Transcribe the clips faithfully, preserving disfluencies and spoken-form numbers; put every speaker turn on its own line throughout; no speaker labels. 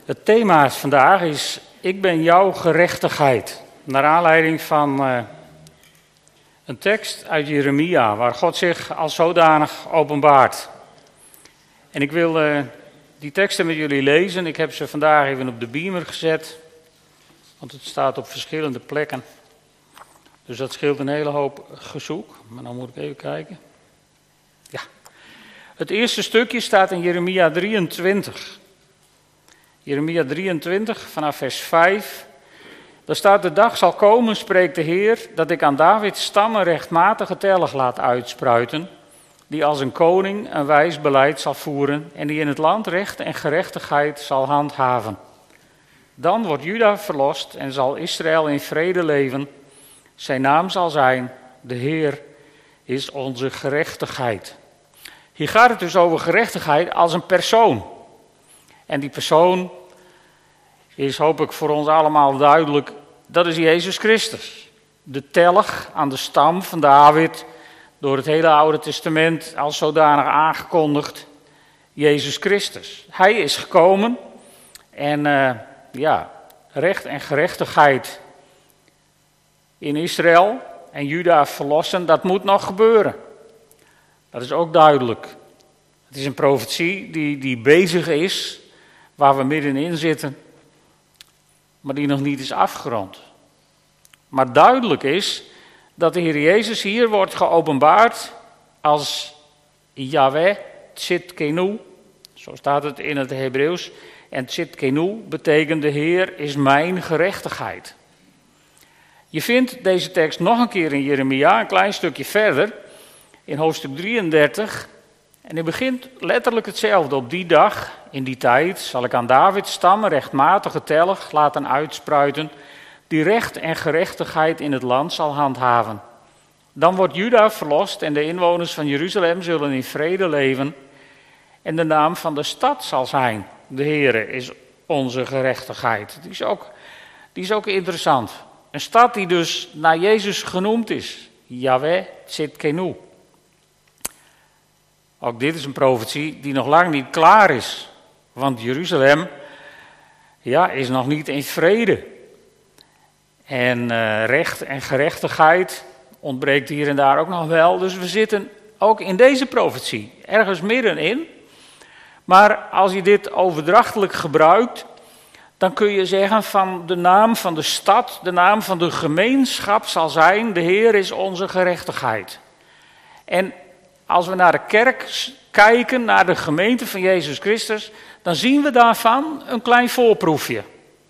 Het thema vandaag is, ik ben jouw gerechtigheid. Naar aanleiding van uh, een tekst uit Jeremia, waar God zich als zodanig openbaart. En ik wil uh, die teksten met jullie lezen. Ik heb ze vandaag even op de beamer gezet, want het staat op verschillende plekken. Dus dat scheelt een hele hoop gezoek, maar dan moet ik even kijken. Ja, het eerste stukje staat in Jeremia drieëntwintig. Jeremia drieëntwintig, vanaf vers vijf. Daar staat, de dag zal komen, spreekt de Heer, dat ik aan Davids stam een rechtmatige telg laat uitspruiten, die als een koning een wijs beleid zal voeren en die in het land recht en gerechtigheid zal handhaven. Dan wordt Juda verlost en zal Israël in vrede leven. Zijn naam zal zijn, de Heer is onze gerechtigheid. Hier gaat het dus over gerechtigheid als een persoon. En die persoon is, hoop ik voor ons allemaal duidelijk, dat is Jezus Christus. De telg aan de stam van David, door het hele Oude Testament als zodanig aangekondigd, Jezus Christus. Hij is gekomen en uh, ja, recht en gerechtigheid in Israël en Juda verlossen, dat moet nog gebeuren. Dat is ook duidelijk. Het is een profetie die, die bezig is, waar we middenin zitten, maar die nog niet is afgerond. Maar duidelijk is dat de Heer Jezus hier wordt geopenbaard als Yahweh Tzidkenu, zo staat het in het Hebreeuws. En Tzidkenu betekent de Heer is mijn gerechtigheid. Je vindt deze tekst nog een keer in Jeremia, een klein stukje verder, in hoofdstuk drieëndertig. En hij begint letterlijk hetzelfde. Op die dag, in die tijd, zal ik aan Davids stam een rechtmatige telg laten uitspruiten, die recht en gerechtigheid in het land zal handhaven. Dan wordt Juda verlost en de inwoners van Jeruzalem zullen in vrede leven. En de naam van de stad zal zijn, de Heere is onze gerechtigheid. Die is ook, die is ook interessant. Een stad die dus naar Jezus genoemd is, Yahweh Tzidkenu. Ook dit is een profetie die nog lang niet klaar is. Want Jeruzalem ja, is nog niet in vrede. En uh, recht en gerechtigheid ontbreekt hier en daar ook nog wel. Dus we zitten ook in deze profetie ergens middenin. Maar als je dit overdrachtelijk gebruikt, dan kun je zeggen van de naam van de stad, de naam van de gemeenschap zal zijn, de Heer is onze gerechtigheid. En als we naar de kerk kijken, naar de gemeente van Jezus Christus, dan zien we daarvan een klein voorproefje.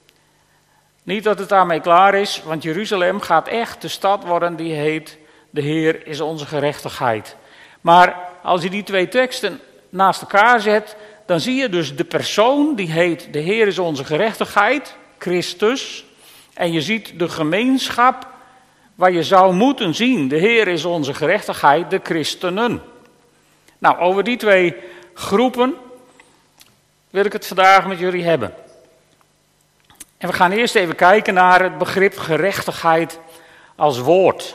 Niet dat het daarmee klaar is, want Jeruzalem gaat echt de stad worden die heet, de Heer is onze gerechtigheid. Maar als je die twee teksten naast elkaar zet, dan zie je dus de persoon die heet, de Heer is onze gerechtigheid, Christus. En je ziet de gemeenschap waar je zou moeten zien, de Heer is onze gerechtigheid, de christenen. Nou, over die twee groepen wil ik het vandaag met jullie hebben. En we gaan eerst even kijken naar het begrip gerechtigheid als woord.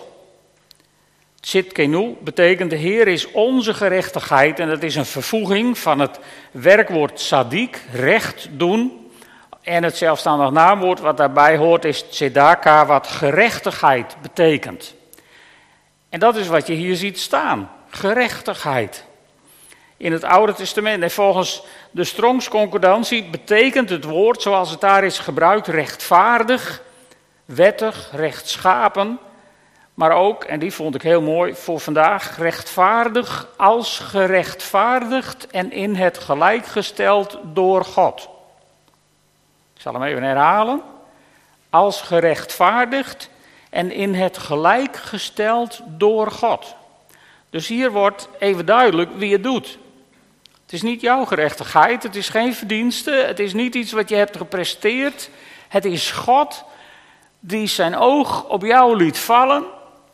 Tzidkenu betekent de Heer is onze gerechtigheid en dat is een vervoeging van het werkwoord tzadik, recht doen. En het zelfstandig naamwoord wat daarbij hoort is tzedaka, wat gerechtigheid betekent. En dat is wat je hier ziet staan, gerechtigheid. In het Oude Testament en volgens de Strongs concordantie betekent het woord zoals het daar is gebruikt rechtvaardig, wettig, rechtschapen. Maar ook, en die vond ik heel mooi voor vandaag, rechtvaardig als gerechtvaardigd en in het gelijk gesteld door God. Ik zal hem even herhalen. Als gerechtvaardigd en in het gelijk gesteld door God. Dus hier wordt even duidelijk wie het doet. Het is niet jouw gerechtigheid, het is geen verdienste, het is niet iets wat je hebt gepresteerd. Het is God die zijn oog op jou liet vallen.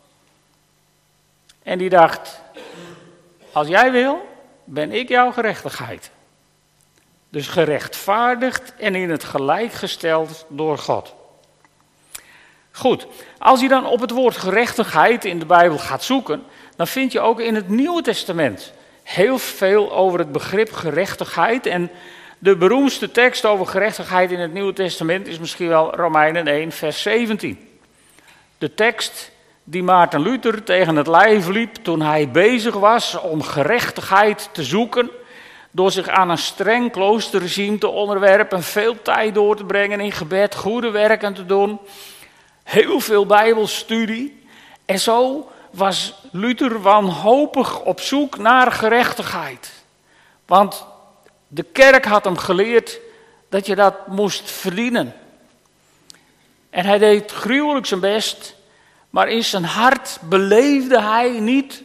En die dacht, als jij wil, ben ik jouw gerechtigheid. Dus gerechtvaardigd en in het gelijk gesteld door God. Goed, als je dan op het woord gerechtigheid in de Bijbel gaat zoeken, dan vind je ook in het Nieuwe Testament heel veel over het begrip gerechtigheid. En De beroemdste tekst over gerechtigheid in het Nieuwe Testament is misschien wel Romeinen één, vers zeventien. De tekst die Maarten Luther tegen het lijf liep toen hij bezig was om gerechtigheid te zoeken, door zich aan een streng kloosterregime te onderwerpen, veel tijd door te brengen in gebed, goede werken te doen, heel veel bijbelstudie. En zo was Luther wanhopig op zoek naar gerechtigheid. Want de kerk had hem geleerd dat je dat moest verdienen. En hij deed gruwelijk zijn best, maar in zijn hart beleefde hij niet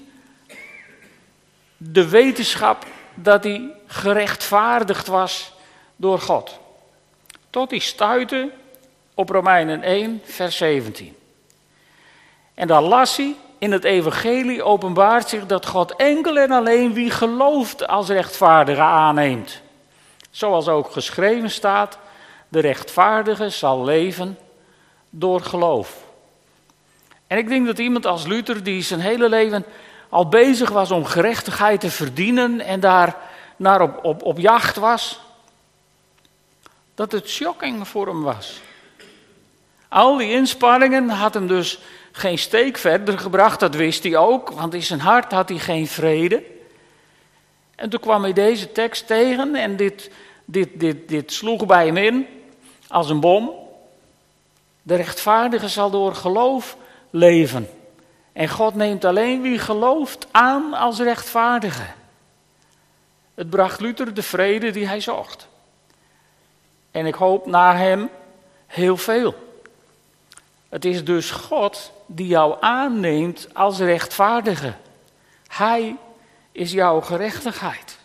de wetenschap dat hij gerechtvaardigd was door God. Tot hij stuitte op Romeinen één, vers zeventien. En daar las hij: in het evangelie openbaart zich dat God enkel en alleen wie gelooft als rechtvaardige aanneemt. Zoals ook geschreven staat, de rechtvaardige zal leven door geloof. En ik denk dat iemand als Luther, die zijn hele leven al bezig was om gerechtigheid te verdienen en daar naar op, op, op jacht was, dat het shocking voor hem was. Al die inspanningen had hem dus geen steek verder gebracht, dat wist hij ook, want in zijn hart had hij geen vrede. En toen kwam hij deze tekst tegen en dit, dit, dit, dit sloeg bij hem in als een bom. De rechtvaardige zal door geloof leven. En God neemt alleen wie gelooft aan als rechtvaardige. Het bracht Luther de vrede die hij zocht. En ik hoop na hem heel veel. Het is dus God die jou aanneemt als rechtvaardige. Hij is jouw gerechtigheid.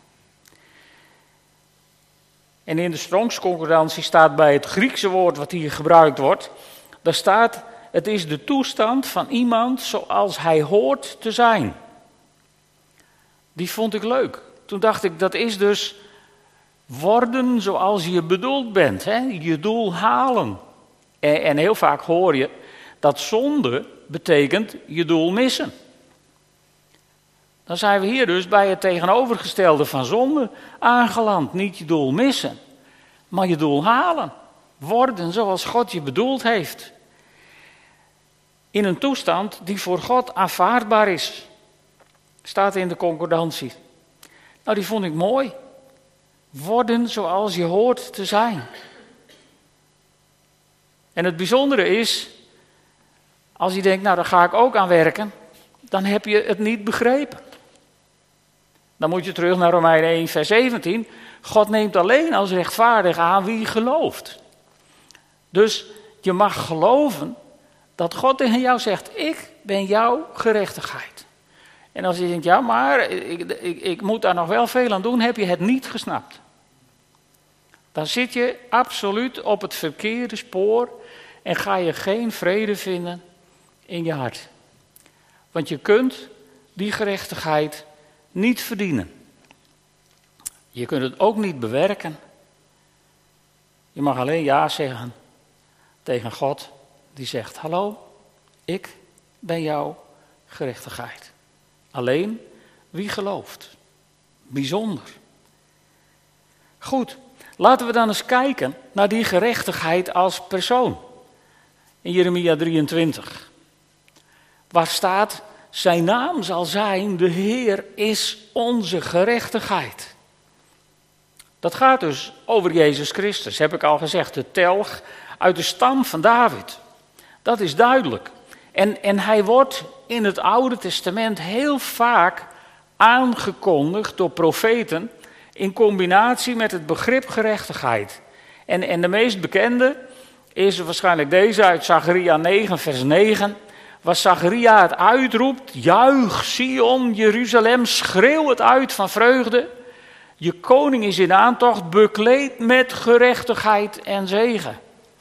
En in de Strongs Concordantie staat bij het Griekse woord wat hier gebruikt wordt, daar staat: het is de toestand van iemand zoals hij hoort te zijn. Die vond ik leuk. Toen dacht ik, dat is dus worden zoals je bedoeld bent. Hè? Je doel halen. En, en heel vaak hoor je dat zonde betekent je doel missen. Dan zijn we hier dus bij het tegenovergestelde van zonde aangeland. Niet je doel missen, maar je doel halen. Worden zoals God je bedoeld heeft. In een toestand die voor God aanvaardbaar is. Staat in de concordantie. Nou, die vond ik mooi. Worden zoals je hoort te zijn. En het bijzondere is, als je denkt, nou daar ga ik ook aan werken, dan heb je het niet begrepen. Dan moet je terug naar Romeinen één, vers zeventien. God neemt alleen als rechtvaardig aan wie gelooft. Dus je mag geloven dat God tegen jou zegt, ik ben jouw gerechtigheid. En als je denkt, ja maar ik, ik, ik moet daar nog wel veel aan doen, heb je het niet gesnapt. Dan zit je absoluut op het verkeerde spoor en ga je geen vrede vinden in je hart. Want je kunt die gerechtigheid niet verdienen. Je kunt het ook niet bewerken. Je mag alleen ja zeggen tegen God die zegt, hallo, ik ben jouw gerechtigheid. Alleen wie gelooft. Bijzonder. Goed, laten we dan eens kijken naar die gerechtigheid als persoon. In Jeremia drieëntwintig. Waar staat, zijn naam zal zijn, de Heer is onze gerechtigheid. Dat gaat dus over Jezus Christus, heb ik al gezegd. De telg uit de stam van David. Dat is duidelijk. En, en hij wordt in het Oude Testament heel vaak aangekondigd door profeten in combinatie met het begrip gerechtigheid. En, en de meest bekende is waarschijnlijk deze uit Zacharia negen, vers negen. Waar Zacharia het uitroept, juich Sion, Jeruzalem, schreeuw het uit van vreugde. Je koning is in aantocht, bekleed met gerechtigheid en zegen.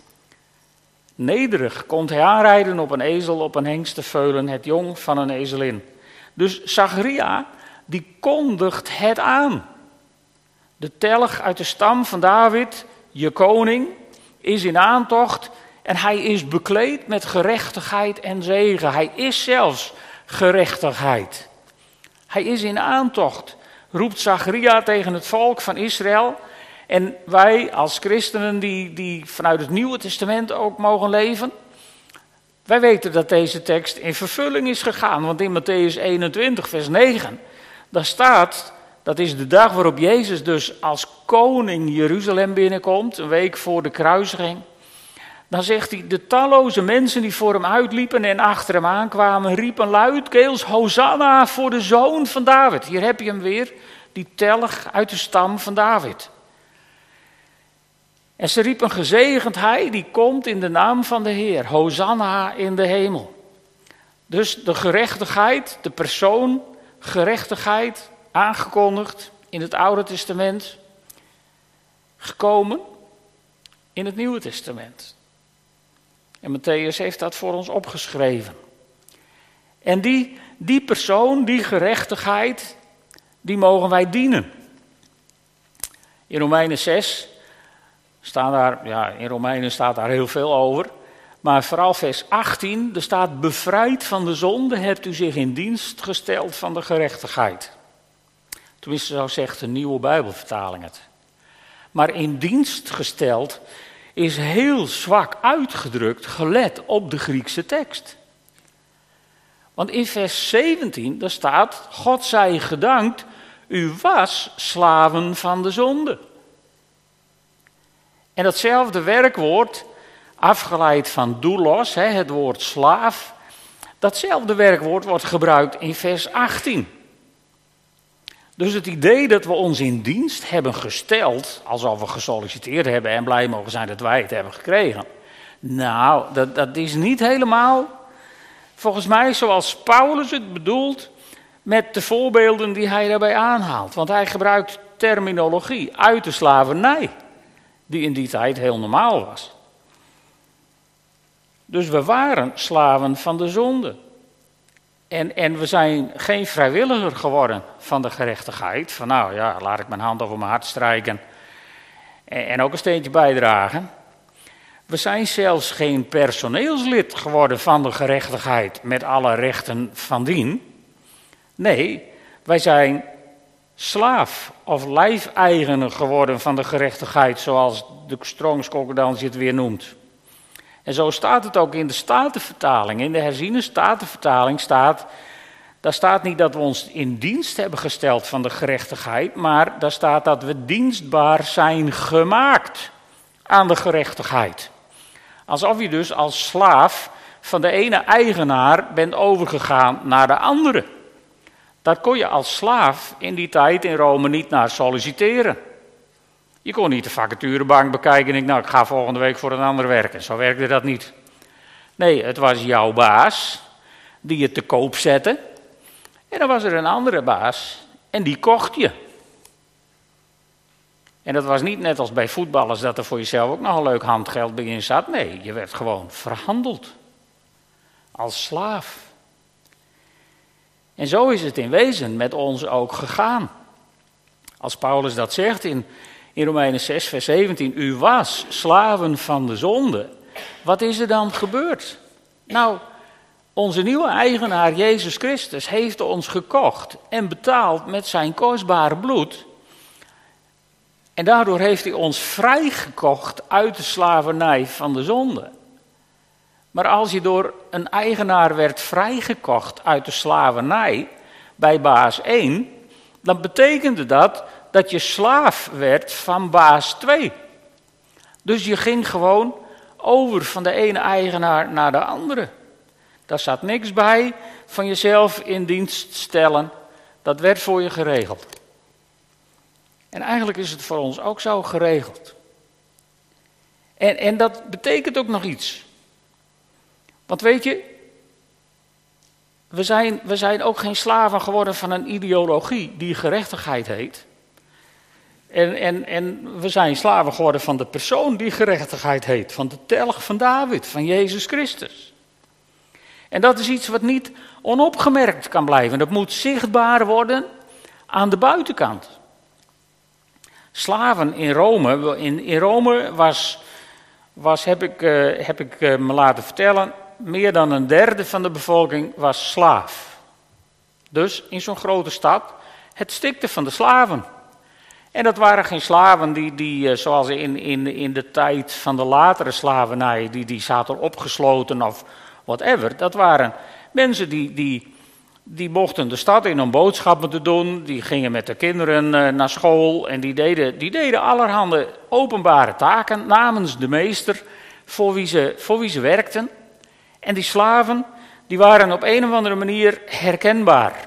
Nederig komt hij aanrijden op een ezel, op een hengsteveulen, het jong van een ezelin. Dus Zacharia, die kondigt het aan. De telg uit de stam van David, je koning, is in aantocht en hij is bekleed met gerechtigheid en zegen. Hij is zelfs gerechtigheid. Hij is in aantocht, roept Zacharia tegen het volk van Israël. En wij als christenen die, die vanuit het Nieuwe Testament ook mogen leven, wij weten dat deze tekst in vervulling is gegaan. Want in Mattheüs eenentwintig, vers negen, daar staat, dat is de dag waarop Jezus dus als koning Jeruzalem binnenkomt, een week voor de kruisiging. Dan zegt hij, de talloze mensen die voor hem uitliepen en achter hem aankwamen, riepen luidkeels, Hosanna voor de zoon van David. Hier heb je hem weer, die telg uit de stam van David. En ze riepen, gezegend hij die komt in de naam van de Heer, Hosanna in de hemel. Dus de gerechtigheid, de persoon, gerechtigheid, aangekondigd in het Oude Testament, gekomen in het Nieuwe Testament. En Mattheüs heeft dat voor ons opgeschreven. En die, die persoon, die gerechtigheid, die mogen wij dienen. In Romeinen zes staan daar, ja, in Romeinen staat daar heel veel over. Maar vooral vers achttien, er staat, bevrijd van de zonde hebt u zich in dienst gesteld van de gerechtigheid. Tenminste, zo zegt de nieuwe Bijbelvertaling het. Maar in dienst gesteld is heel zwak uitgedrukt, gelet op de Griekse tekst. Want in vers zeventien, daar staat, God zij gedankt, u was slaven van de zonde. En datzelfde werkwoord, afgeleid van doulos, het woord slaaf, datzelfde werkwoord wordt gebruikt in vers achttien. Dus het idee dat we ons in dienst hebben gesteld, alsof we gesolliciteerd hebben en blij mogen zijn dat wij het hebben gekregen. Nou, dat, dat is niet helemaal, volgens mij, zoals Paulus het bedoelt met de voorbeelden die hij daarbij aanhaalt. Want hij gebruikt terminologie uit de slavernij, die in die tijd heel normaal was. Dus we waren slaven van de zonde. En, en we zijn geen vrijwilliger geworden van de gerechtigheid. Van nou ja, laat ik mijn hand over mijn hart strijken en, en ook een steentje bijdragen. We zijn zelfs geen personeelslid geworden van de gerechtigheid met alle rechten van dien. Nee, wij zijn slaaf of lijfeigenaar geworden van de gerechtigheid, zoals de Strong's Concordance het weer noemt. En zo staat het ook in de Statenvertaling. In de herziene Statenvertaling staat, daar staat niet dat we ons in dienst hebben gesteld van de gerechtigheid, maar daar staat dat we dienstbaar zijn gemaakt aan de gerechtigheid. Alsof je dus als slaaf van de ene eigenaar bent overgegaan naar de andere. Daar kon je als slaaf in die tijd in Rome niet naar solliciteren. Je kon niet de vacaturebank bekijken en ik, nou, ik ga volgende week voor een ander werken. Zo werkte dat niet. Nee, het was jouw baas die je te koop zette. En dan was er een andere baas en die kocht je. En dat was niet net als bij voetballers dat er voor jezelf ook nog een leuk handgeld bij in zat. Nee, je werd gewoon verhandeld. Als slaaf. En zo is het in wezen met ons ook gegaan. Als Paulus dat zegt in, in Romeinen zes, vers zeventien. U was slaven van de zonde. Wat is er dan gebeurd? Nou, onze nieuwe eigenaar Jezus Christus heeft ons gekocht en betaald met zijn kostbare bloed. En daardoor heeft hij ons vrijgekocht uit de slavernij van de zonde. Maar als je door een eigenaar werd vrijgekocht uit de slavernij bij baas één, dan betekende dat dat je slaaf werd van baas twee. Dus je ging gewoon over van de ene eigenaar naar de andere. Daar zat niks bij van jezelf in dienst stellen. Dat werd voor je geregeld. En eigenlijk is het voor ons ook zo geregeld. En, en dat betekent ook nog iets. Want weet je, we zijn, we zijn ook geen slaven geworden van een ideologie die gerechtigheid heet. En, en, en we zijn slaven geworden van de persoon die gerechtigheid heet. Van de telg van David, van Jezus Christus. En dat is iets wat niet onopgemerkt kan blijven. Dat moet zichtbaar worden aan de buitenkant. Slaven in Rome, in, in Rome was, was heb ik, uh, heb ik uh, me laten vertellen, meer dan een derde van de bevolking was slaaf. Dus in zo'n grote stad, het stikte van de slaven. En dat waren geen slaven die, die zoals in, in, in de tijd van de latere slavernij, die, die zaten opgesloten of whatever. Dat waren mensen die, die, die mochten de stad in om boodschappen te doen. Die gingen met de kinderen naar school en die deden, die deden allerhande openbare taken namens de meester voor wie ze, voor wie ze werkten. En die slaven, die waren op een of andere manier herkenbaar.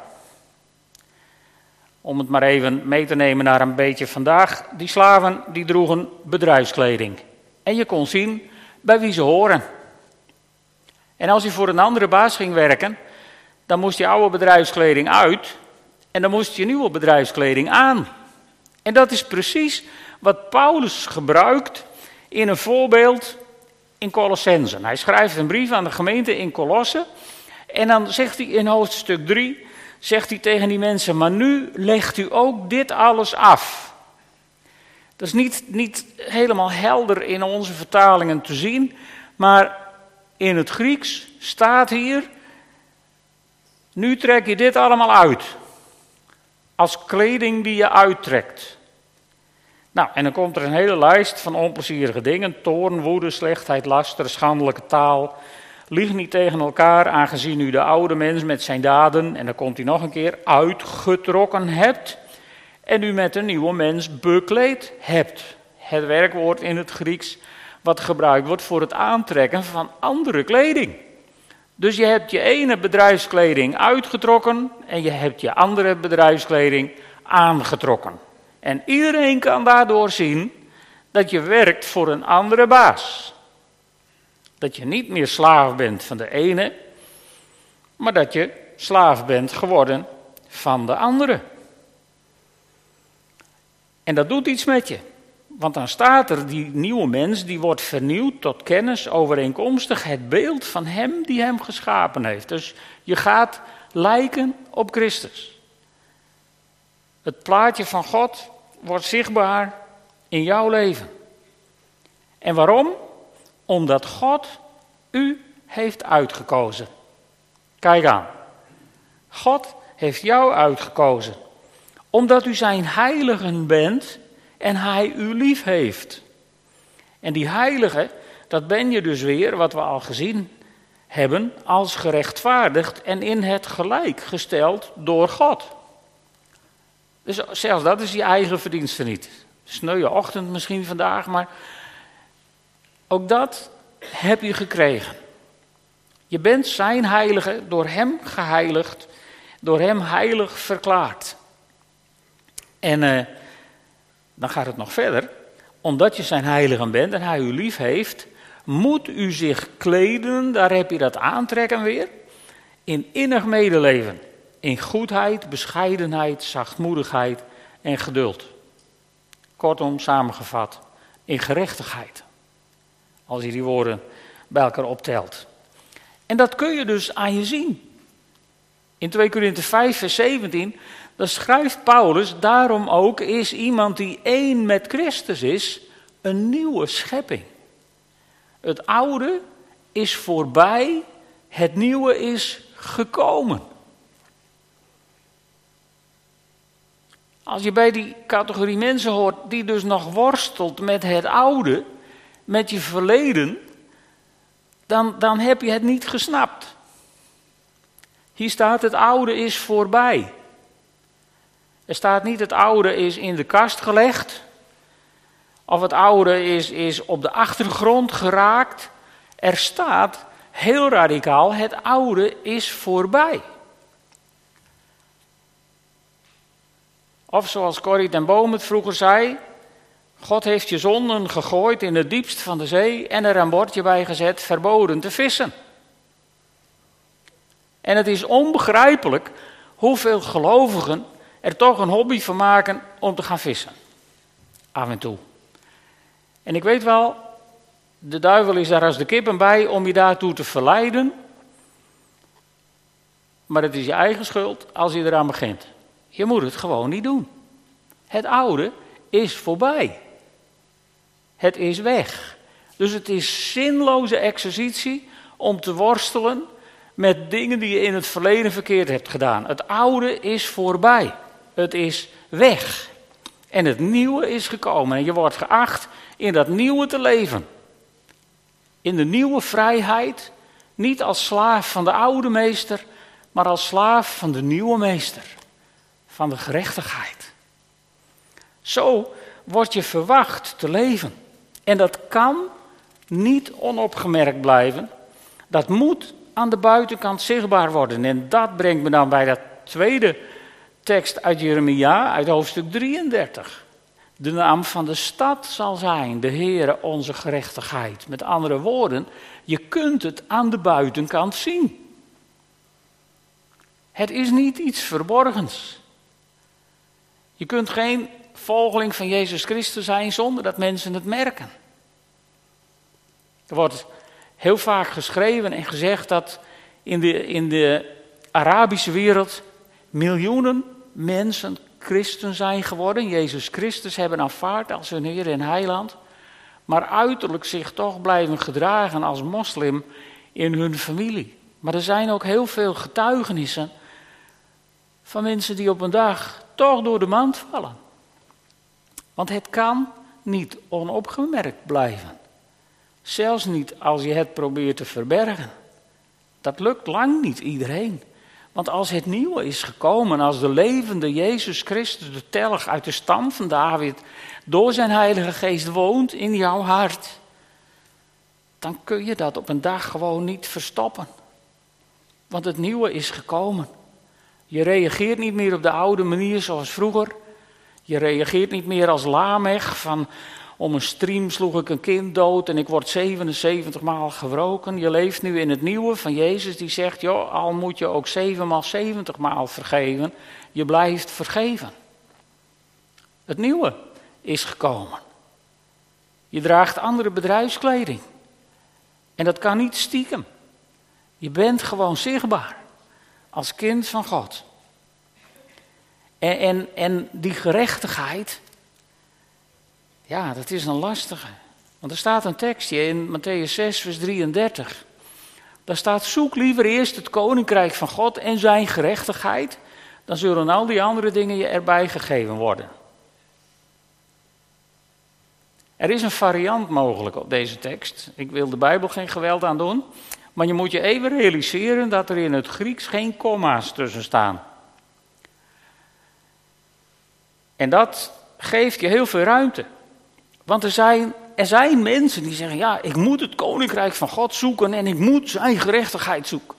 Om het maar even mee te nemen naar een beetje vandaag. Die slaven die droegen bedrijfskleding. En je kon zien bij wie ze horen. En als je voor een andere baas ging werken, dan moest je oude bedrijfskleding uit. En dan moest je nieuwe bedrijfskleding aan. En dat is precies wat Paulus gebruikt in een voorbeeld in Colossense. Hij schrijft een brief aan de gemeente in Colosse. En dan zegt hij in hoofdstuk drie... zegt hij tegen die mensen, maar nu legt u ook dit alles af. Dat is niet, niet helemaal helder in onze vertalingen te zien, maar in het Grieks staat hier, nu trek je dit allemaal uit. Als kleding die je uittrekt. Nou, en dan komt er een hele lijst van onplezierige dingen, toorn, woede, slechtheid, laster, schandelijke taal. Lieg niet tegen elkaar, aangezien u de oude mens met zijn daden, en dan komt hij nog een keer, uitgetrokken hebt. En u met een nieuwe mens bekleed hebt. Het werkwoord in het Grieks wat gebruikt wordt voor het aantrekken van andere kleding. Dus je hebt je ene bedrijfskleding uitgetrokken en je hebt je andere bedrijfskleding aangetrokken. En iedereen kan daardoor zien dat je werkt voor een andere baas. Dat je niet meer slaaf bent van de ene, maar dat je slaaf bent geworden van de andere. En dat doet iets met je. Want dan staat er, die nieuwe mens, die wordt vernieuwd tot kennis overeenkomstig het beeld van hem die hem geschapen heeft. Dus je gaat lijken op Christus. Het plaatje van God wordt zichtbaar in jouw leven. En waarom? Omdat God u heeft uitgekozen. Kijk aan. God heeft jou uitgekozen. Omdat u zijn heiligen bent en hij u lief heeft. En die heilige, dat ben je dus weer, wat we al gezien hebben, als gerechtvaardigd en in het gelijk gesteld door God. Dus zelfs dat is je eigen verdienste niet. Sneuwe ochtend misschien vandaag, maar ook dat heb je gekregen. Je bent zijn heilige, door hem geheiligd, door hem heilig verklaard. En uh, dan gaat het nog verder. Omdat je zijn heilige bent en hij u lief heeft, moet u zich kleden, daar heb je dat aantrekken weer, in innig medeleven, in goedheid, bescheidenheid, zachtmoedigheid en geduld. Kortom, samengevat, in gerechtigheid. Als je die woorden bij elkaar optelt. En dat kun je dus aan je zien. In twee Korinthe vijf vers zeventien, dan schrijft Paulus, daarom ook is iemand die één met Christus is, een nieuwe schepping. Het oude is voorbij, het nieuwe is gekomen. Als je bij die categorie mensen hoort die dus nog worstelt met het oude, met je verleden, dan, dan heb je het niet gesnapt. Hier staat het oude is voorbij. Er staat niet het oude is in de kast gelegd. Of het oude is, is op de achtergrond geraakt. Er staat heel radicaal, het oude is voorbij. Of zoals Corrie ten Boom het vroeger zei, God heeft je zonden gegooid in het diepst van de zee en er een bordje bij gezet, verboden te vissen. En het is onbegrijpelijk hoeveel gelovigen er toch een hobby van maken om te gaan vissen. Af en toe. En ik weet wel, de duivel is daar als de kippen bij om je daartoe te verleiden. Maar het is je eigen schuld als je eraan begint. Je moet het gewoon niet doen. Het oude is voorbij. Het is weg. Dus het is zinloze exercitie om te worstelen met dingen die je in het verleden verkeerd hebt gedaan. Het oude is voorbij. Het is weg. En het nieuwe is gekomen en je wordt geacht in dat nieuwe te leven. In de nieuwe vrijheid, niet als slaaf van de oude meester, maar als slaaf van de nieuwe meester, van de gerechtigheid. Zo word je verwacht te leven. En dat kan niet onopgemerkt blijven. Dat moet aan de buitenkant zichtbaar worden. En dat brengt me dan bij dat tweede tekst uit Jeremia, uit hoofdstuk drieëndertig. De naam van de stad zal zijn, de Heere onze gerechtigheid. Met andere woorden, je kunt het aan de buitenkant zien. Het is niet iets verborgens. Je kunt geen volgeling van Jezus Christus zijn zonder dat mensen het merken. Er wordt heel vaak geschreven en gezegd dat in de, in de Arabische wereld miljoenen mensen christen zijn geworden, Jezus Christus hebben aanvaard als hun Heer en Heiland, maar uiterlijk zich toch blijven gedragen als moslim in hun familie. Maar er zijn ook heel veel getuigenissen van mensen die op een dag toch door de mand vallen. Want het kan niet onopgemerkt blijven. Zelfs niet als je het probeert te verbergen. Dat lukt lang niet iedereen. Want als het nieuwe is gekomen, als de levende Jezus Christus, de telg uit de stam van David, door zijn Heilige Geest woont in jouw hart, dan kun je dat op een dag gewoon niet verstoppen. Want het nieuwe is gekomen. Je reageert niet meer op de oude manier zoals vroeger. Je reageert niet meer als Lamech van om een stream sloeg ik een kind dood en ik word zevenenzeventig maal gewroken. Je leeft nu in het nieuwe van Jezus die zegt, joh, al moet je ook zevenmaal zeventig maal vergeven, je blijft vergeven. Het nieuwe is gekomen. Je draagt andere bedrijfskleding. En dat kan niet stiekem. Je bent gewoon zichtbaar als kind van God. En, en, en die gerechtigheid, ja, dat is een lastige. Want er staat een tekstje in Mattheüs zes, vers drieëndertig. Daar staat, zoek liever eerst het koninkrijk van God en zijn gerechtigheid, dan zullen al die andere dingen je erbij gegeven worden. Er is een variant mogelijk op deze tekst. Ik wil de Bijbel geen geweld aan doen, maar je moet je even realiseren dat er in het Grieks geen komma's tussen staan. En dat geeft je heel veel ruimte. Want er zijn, er zijn mensen die zeggen, ja, ik moet het koninkrijk van God zoeken en ik moet zijn gerechtigheid zoeken.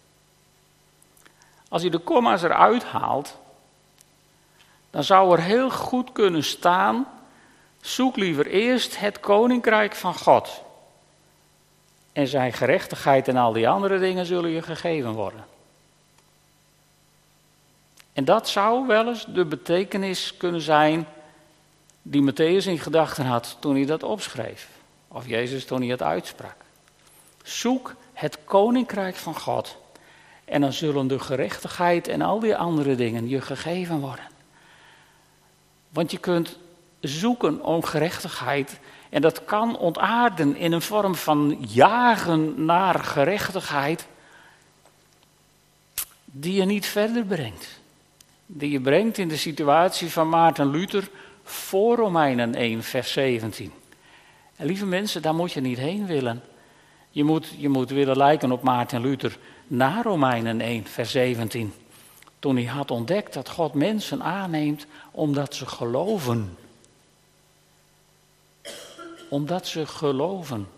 Als je de komma's eruit haalt, dan zou er heel goed kunnen staan, zoek liever eerst het koninkrijk van God. En zijn gerechtigheid en al die andere dingen zullen je gegeven worden. En dat zou wel eens de betekenis kunnen zijn die Mattheüs in gedachten had toen hij dat opschreef. Of Jezus toen hij het uitsprak. Zoek het koninkrijk van God. En dan zullen de gerechtigheid en al die andere dingen je gegeven worden. Want je kunt zoeken om gerechtigheid. En dat kan ontaarden in een vorm van jagen naar gerechtigheid. Die je niet verder brengt. Die je brengt in de situatie van Maarten Luther voor Romeinen één, vers zeventien. En lieve mensen, daar moet je niet heen willen. Je moet, je moet willen lijken op Maarten Luther na Romeinen één, vers zeventien. Toen hij had ontdekt dat God mensen aanneemt omdat ze geloven. Omdat ze geloven.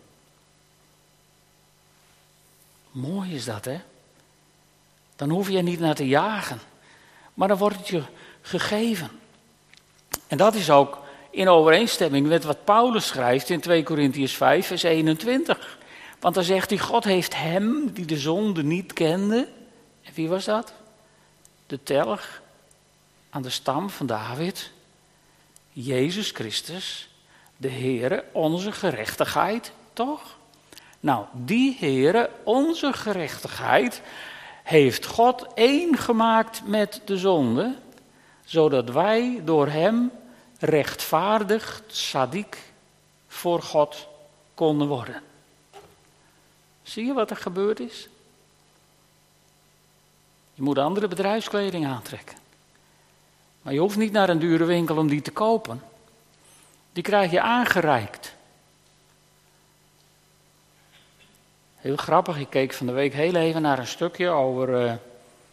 Mooi is dat, hè? Dan hoef je niet naar te jagen. Maar dan wordt het je gegeven. En dat is ook in overeenstemming met wat Paulus schrijft in twee Korintiërs vijf, vers eenentwintig. Want dan zegt hij, God heeft hem die de zonde niet kende. En wie was dat? De telg aan de stam van David. Jezus Christus, de Heere, onze gerechtigheid, toch? Nou, die Heere, onze gerechtigheid, heeft God één gemaakt met de zonde, zodat wij door hem rechtvaardig, tzaddik, voor God konden worden. Zie je wat er gebeurd is? Je moet andere bedrijfskleding aantrekken. Maar je hoeft niet naar een dure winkel om die te kopen. Die krijg je aangereikt. Heel grappig, ik keek van de week heel even naar een stukje over uh,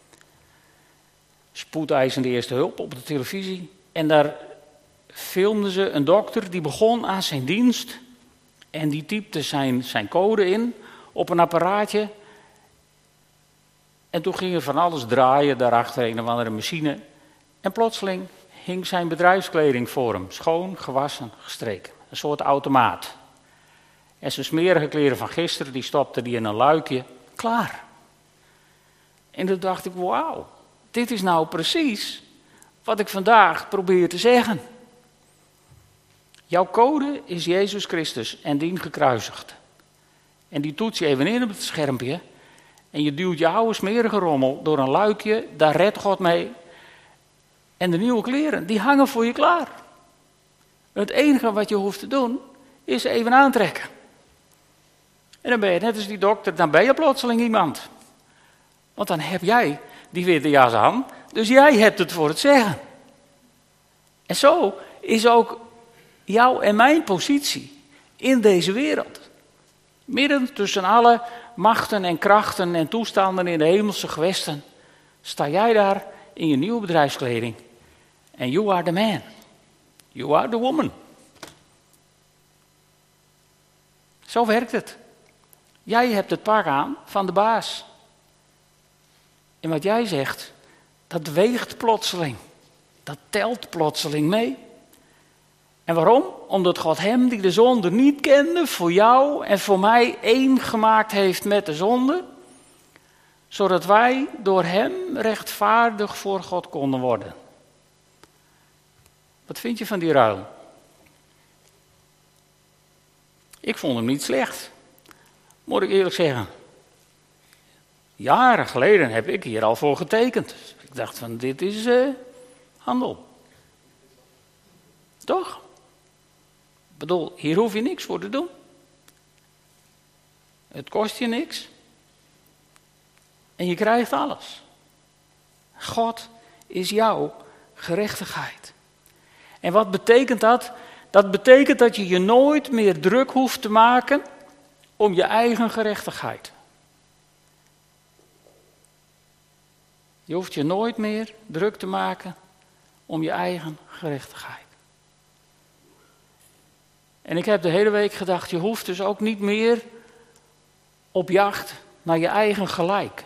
spoedeisende eerste hulp op de televisie. En daar filmden ze een dokter die begon aan zijn dienst. En die typte zijn, zijn code in op een apparaatje. En toen ging er van alles draaien, daarachter een of andere machine. En plotseling hing zijn bedrijfskleding voor hem, schoon, gewassen, gestreken. Een soort automaat. En zijn smerige kleren van gisteren, die stopte die in een luikje. Klaar. En toen dacht ik, wauw, dit is nou precies wat ik vandaag probeer te zeggen. Jouw code is Jezus Christus en dien gekruisigd. En die toets je even in op het schermpje. En je duwt je oude smerige rommel door een luikje, daar redt God mee. En de nieuwe kleren, die hangen voor je klaar. Het enige wat je hoeft te doen, is even aantrekken. En dan ben je net als die dokter, dan ben je plotseling iemand. Want dan heb jij die witte jas aan, dus jij hebt het voor het zeggen. En zo is ook jouw en mijn positie in deze wereld. Midden tussen alle machten en krachten en toestanden in de hemelse gewesten, sta jij daar in je nieuwe bedrijfskleding. En you are the man. You are the woman. Zo werkt het. Jij hebt het pak aan van de baas. En wat jij zegt, dat weegt plotseling. Dat telt plotseling mee. En waarom? Omdat God hem die de zonde niet kende, voor jou en voor mij één gemaakt heeft met de zonde. Zodat wij door hem rechtvaardig voor God konden worden. Wat vind je van die ruil? Ik vond hem niet slecht. Moet ik eerlijk zeggen. Jaren geleden heb ik hier al voor getekend. Ik dacht van dit is uh, handel. Toch? Ik bedoel, hier hoef je niks voor te doen. Het kost je niks. En je krijgt alles. God is jouw gerechtigheid. En wat betekent dat? Dat betekent dat je je nooit meer druk hoeft te maken om je eigen gerechtigheid. Je hoeft je nooit meer druk te maken om je eigen gerechtigheid. En ik heb de hele week gedacht, je hoeft dus ook niet meer op jacht naar je eigen gelijk.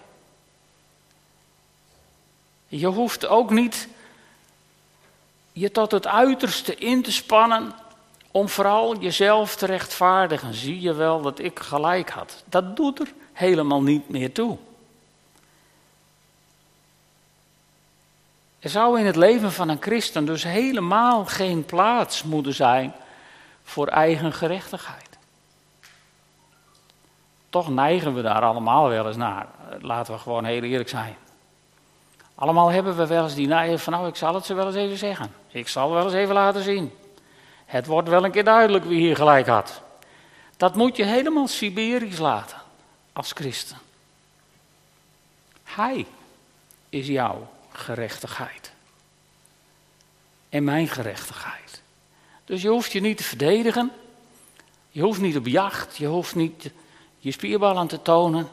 Je hoeft ook niet je tot het uiterste in te spannen om vooral jezelf te rechtvaardigen. Zie je wel dat ik gelijk had. Dat doet er helemaal niet meer toe. Er zou in het leven van een christen dus helemaal geen plaats moeten zijn voor eigen gerechtigheid. Toch neigen we daar allemaal wel eens naar. Laten we gewoon heel eerlijk zijn. Allemaal hebben we wel eens die neiging van, nou, ik zal het ze wel eens even zeggen. Ik zal wel eens even laten zien. Het wordt wel een keer duidelijk wie hier gelijk had. Dat moet je helemaal Siberisch laten, als christen. Hij is jouw gerechtigheid. En mijn gerechtigheid. Dus je hoeft je niet te verdedigen. Je hoeft niet op jacht. Je hoeft niet je spierballen te tonen.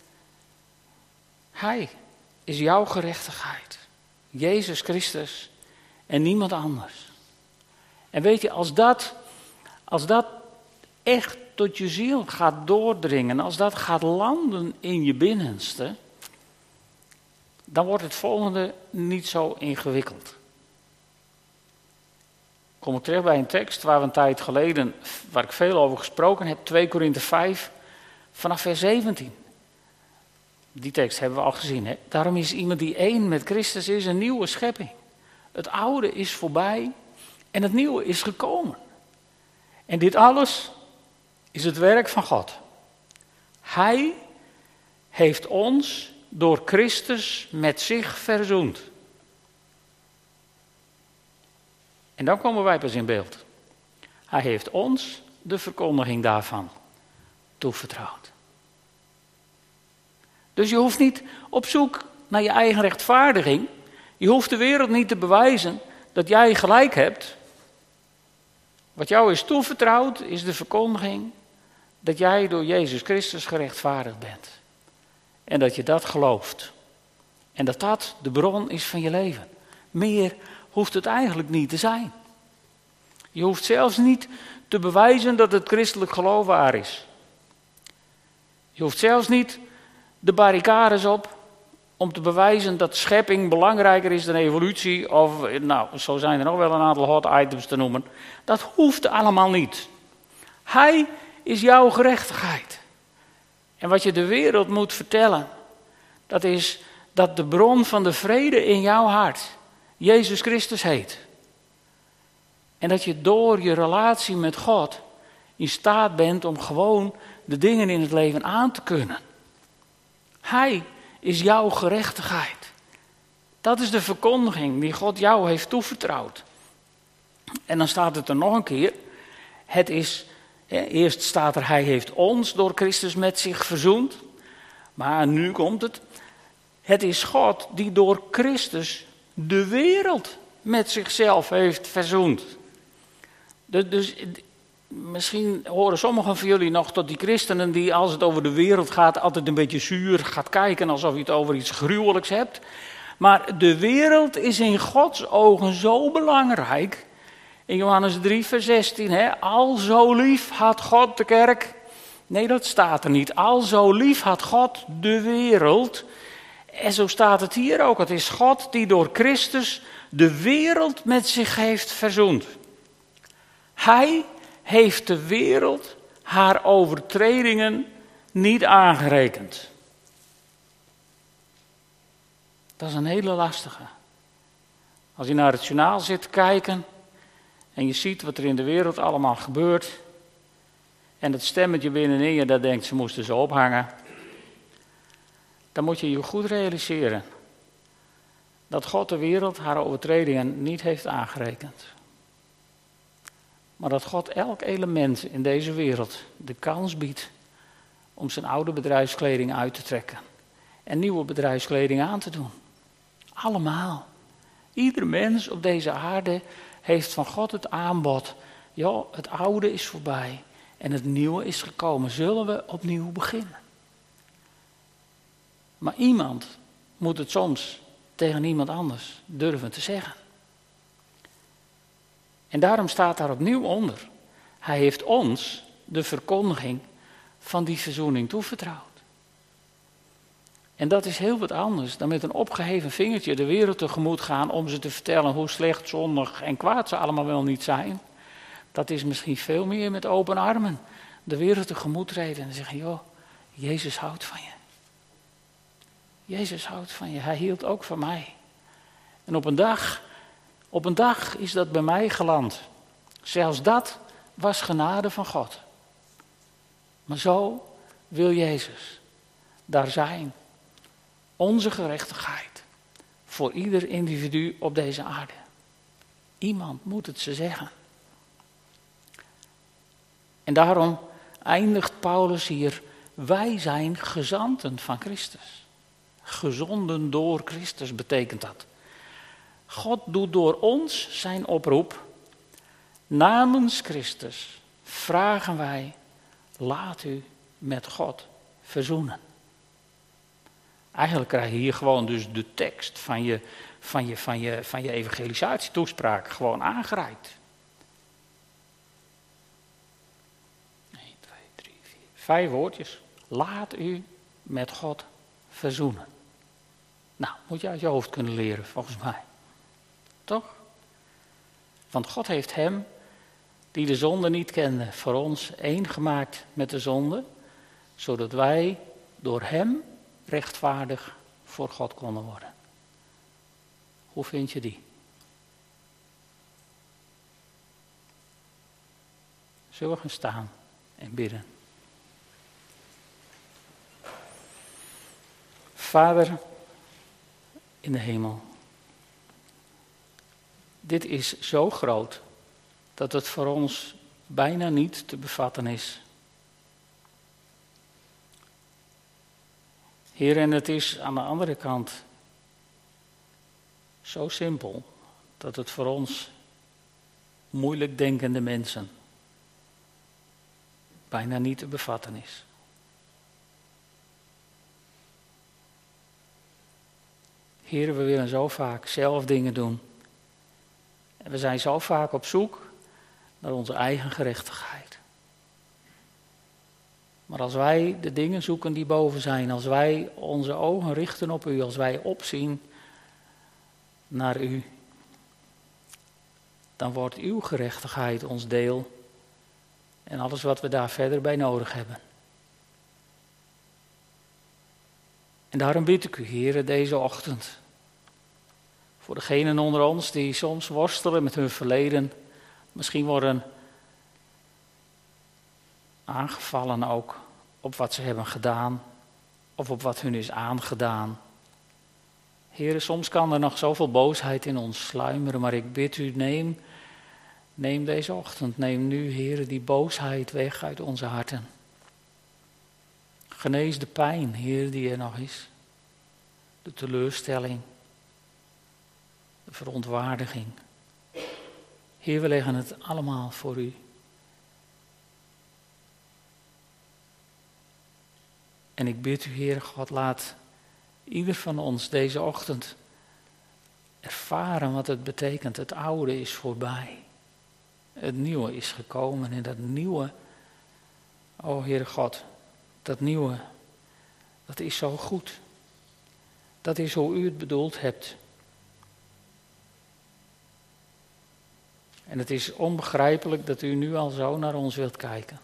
Hij is jouw gerechtigheid. Jezus Christus en niemand anders. En weet je, als dat, als dat echt tot je ziel gaat doordringen, als dat gaat landen in je binnenste, dan wordt het volgende niet zo ingewikkeld. Kom ik terug bij een tekst waar we een tijd geleden, waar ik veel over gesproken heb, twee Korinthe vijf, vanaf vers zeventien. Die tekst hebben we al gezien. Hè? Daarom is iemand die één met Christus is een nieuwe schepping. Het oude is voorbij en het nieuwe is gekomen. En dit alles is het werk van God. Hij heeft ons door Christus met zich verzoend. En dan komen wij pas in beeld. Hij heeft ons de verkondiging daarvan toevertrouwd. Dus je hoeft niet op zoek naar je eigen rechtvaardiging. Je hoeft de wereld niet te bewijzen dat jij gelijk hebt. Wat jou is toevertrouwd is de verkondiging dat jij door Jezus Christus gerechtvaardigd bent. En dat je dat gelooft. En dat dat de bron is van je leven. Meer hoeft het eigenlijk niet te zijn. Je hoeft zelfs niet te bewijzen dat het christelijk geloof waar is. Je hoeft zelfs niet de barricades op om te bewijzen dat schepping belangrijker is dan evolutie. Of, nou, zo zijn er nog wel een aantal hot items te noemen. Dat hoeft allemaal niet. Hij is jouw gerechtigheid. En wat je de wereld moet vertellen, dat is dat de bron van de vrede in jouw hart Jezus Christus heet. En dat je door je relatie met God in staat bent om gewoon de dingen in het leven aan te kunnen. Hij is jouw gerechtigheid. Dat is de verkondiging die God jou heeft toevertrouwd. En dan staat het er nog een keer. Het is, eerst staat er, hij heeft ons door Christus met zich verzoend. Maar nu komt het. Het is God die door Christus de wereld met zichzelf heeft verzoend. Dus, dus misschien horen sommigen van jullie nog tot die christenen die als het over de wereld gaat altijd een beetje zuur gaat kijken alsof je het over iets gruwelijks hebt. Maar de wereld is in Gods ogen zo belangrijk. In Johannes drie vers zestien, hè, al zo lief had God de kerk. Nee, dat staat er niet. Al zo lief had God de wereld. En zo staat het hier ook. Het is God die door Christus de wereld met zich heeft verzoend. Hij heeft de wereld haar overtredingen niet aangerekend. Dat is een hele lastige. Als je naar het journaal zit te kijken en je ziet wat er in de wereld allemaal gebeurt en het stemmetje binnenin je dat denkt ze moesten ze ophangen, dan moet je je goed realiseren dat God de wereld haar overtredingen niet heeft aangerekend. Maar dat God elk element in deze wereld de kans biedt om zijn oude bedrijfskleding uit te trekken en nieuwe bedrijfskleding aan te doen. Allemaal. Ieder mens op deze aarde heeft van God het aanbod. Joh, het oude is voorbij en het nieuwe is gekomen. Zullen we opnieuw beginnen? Maar iemand moet het soms tegen iemand anders durven te zeggen. En daarom staat daar opnieuw onder. Hij heeft ons de verkondiging van die verzoening toevertrouwd. En dat is heel wat anders dan met een opgeheven vingertje de wereld tegemoet gaan om ze te vertellen hoe slecht, zondig en kwaad ze allemaal wel niet zijn. Dat is misschien veel meer met open armen de wereld tegemoet treden en zeggen, joh, Jezus houdt van je. Jezus houdt van je, hij hield ook van mij. En op een dag, op een dag is dat bij mij geland. Zelfs dat was genade van God. Maar zo wil Jezus daar zijn. Onze gerechtigheid voor ieder individu op deze aarde. Iemand moet het ze zeggen. En daarom eindigt Paulus hier, wij zijn gezanten van Christus. Gezonden door Christus betekent dat. God doet door ons zijn oproep. Namens Christus vragen wij, laat u met God verzoenen. Eigenlijk krijg je hier gewoon dus de tekst van je, van je, van je, van je evangelisatietoespraak gewoon aangereikt. één, twee, drie, vier, vijf woordjes. Laat u met God verzoenen. Nou, moet je uit je hoofd kunnen leren, volgens mij. Toch? Want God heeft hem, die de zonde niet kende, voor ons één gemaakt met de zonde, zodat wij door hem rechtvaardig voor God konden worden. Hoe vind je die? Zullen we gaan staan en bidden? Vader in de hemel, dit is zo groot dat het voor ons bijna niet te bevatten is. Heer, en het is aan de andere kant Zo simpel dat het voor ons moeilijk denkende mensen bijna niet te bevatten is. Heren, we willen zo vaak zelf dingen doen. En we zijn zo vaak op zoek naar onze eigen gerechtigheid. Maar als wij de dingen zoeken die boven zijn, als wij onze ogen richten op u, als wij opzien naar u, dan wordt uw gerechtigheid ons deel en alles wat we daar verder bij nodig hebben. En daarom bid ik u, Heere, deze ochtend, voor degenen onder ons die soms worstelen met hun verleden, misschien worden aangevallen ook op wat ze hebben gedaan of op wat hun is aangedaan. Heere, soms kan er nog zoveel boosheid in ons sluimeren, maar ik bid u, neem, neem deze ochtend, neem nu, Heere, die boosheid weg uit onze harten. Genees de pijn, Heer, die er nog is. De teleurstelling. De verontwaardiging. Heer, we leggen het allemaal voor u. En ik bid u, Heer God, laat ieder van ons deze ochtend ervaren wat het betekent. Het oude is voorbij. Het nieuwe is gekomen en dat nieuwe, o Heer God, dat nieuwe, dat is zo goed. Dat is hoe u het bedoeld hebt. En het is onbegrijpelijk dat u nu al zo naar ons wilt kijken.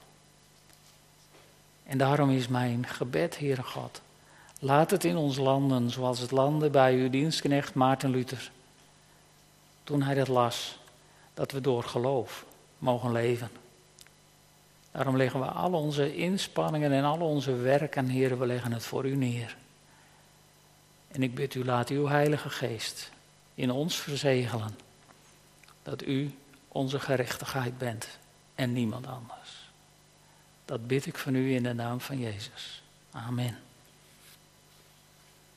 En daarom is mijn gebed, Heere God, laat het in ons landen zoals het landde bij uw dienstknecht Maarten Luther. Toen hij dat las, dat we door geloof mogen leven. Daarom leggen we al onze inspanningen en al onze werken, Heere, we leggen het voor u neer. En ik bid u, laat uw Heilige Geest in ons verzegelen dat u onze gerechtigheid bent en niemand anders. Dat bid ik van u in de naam van Jezus. Amen.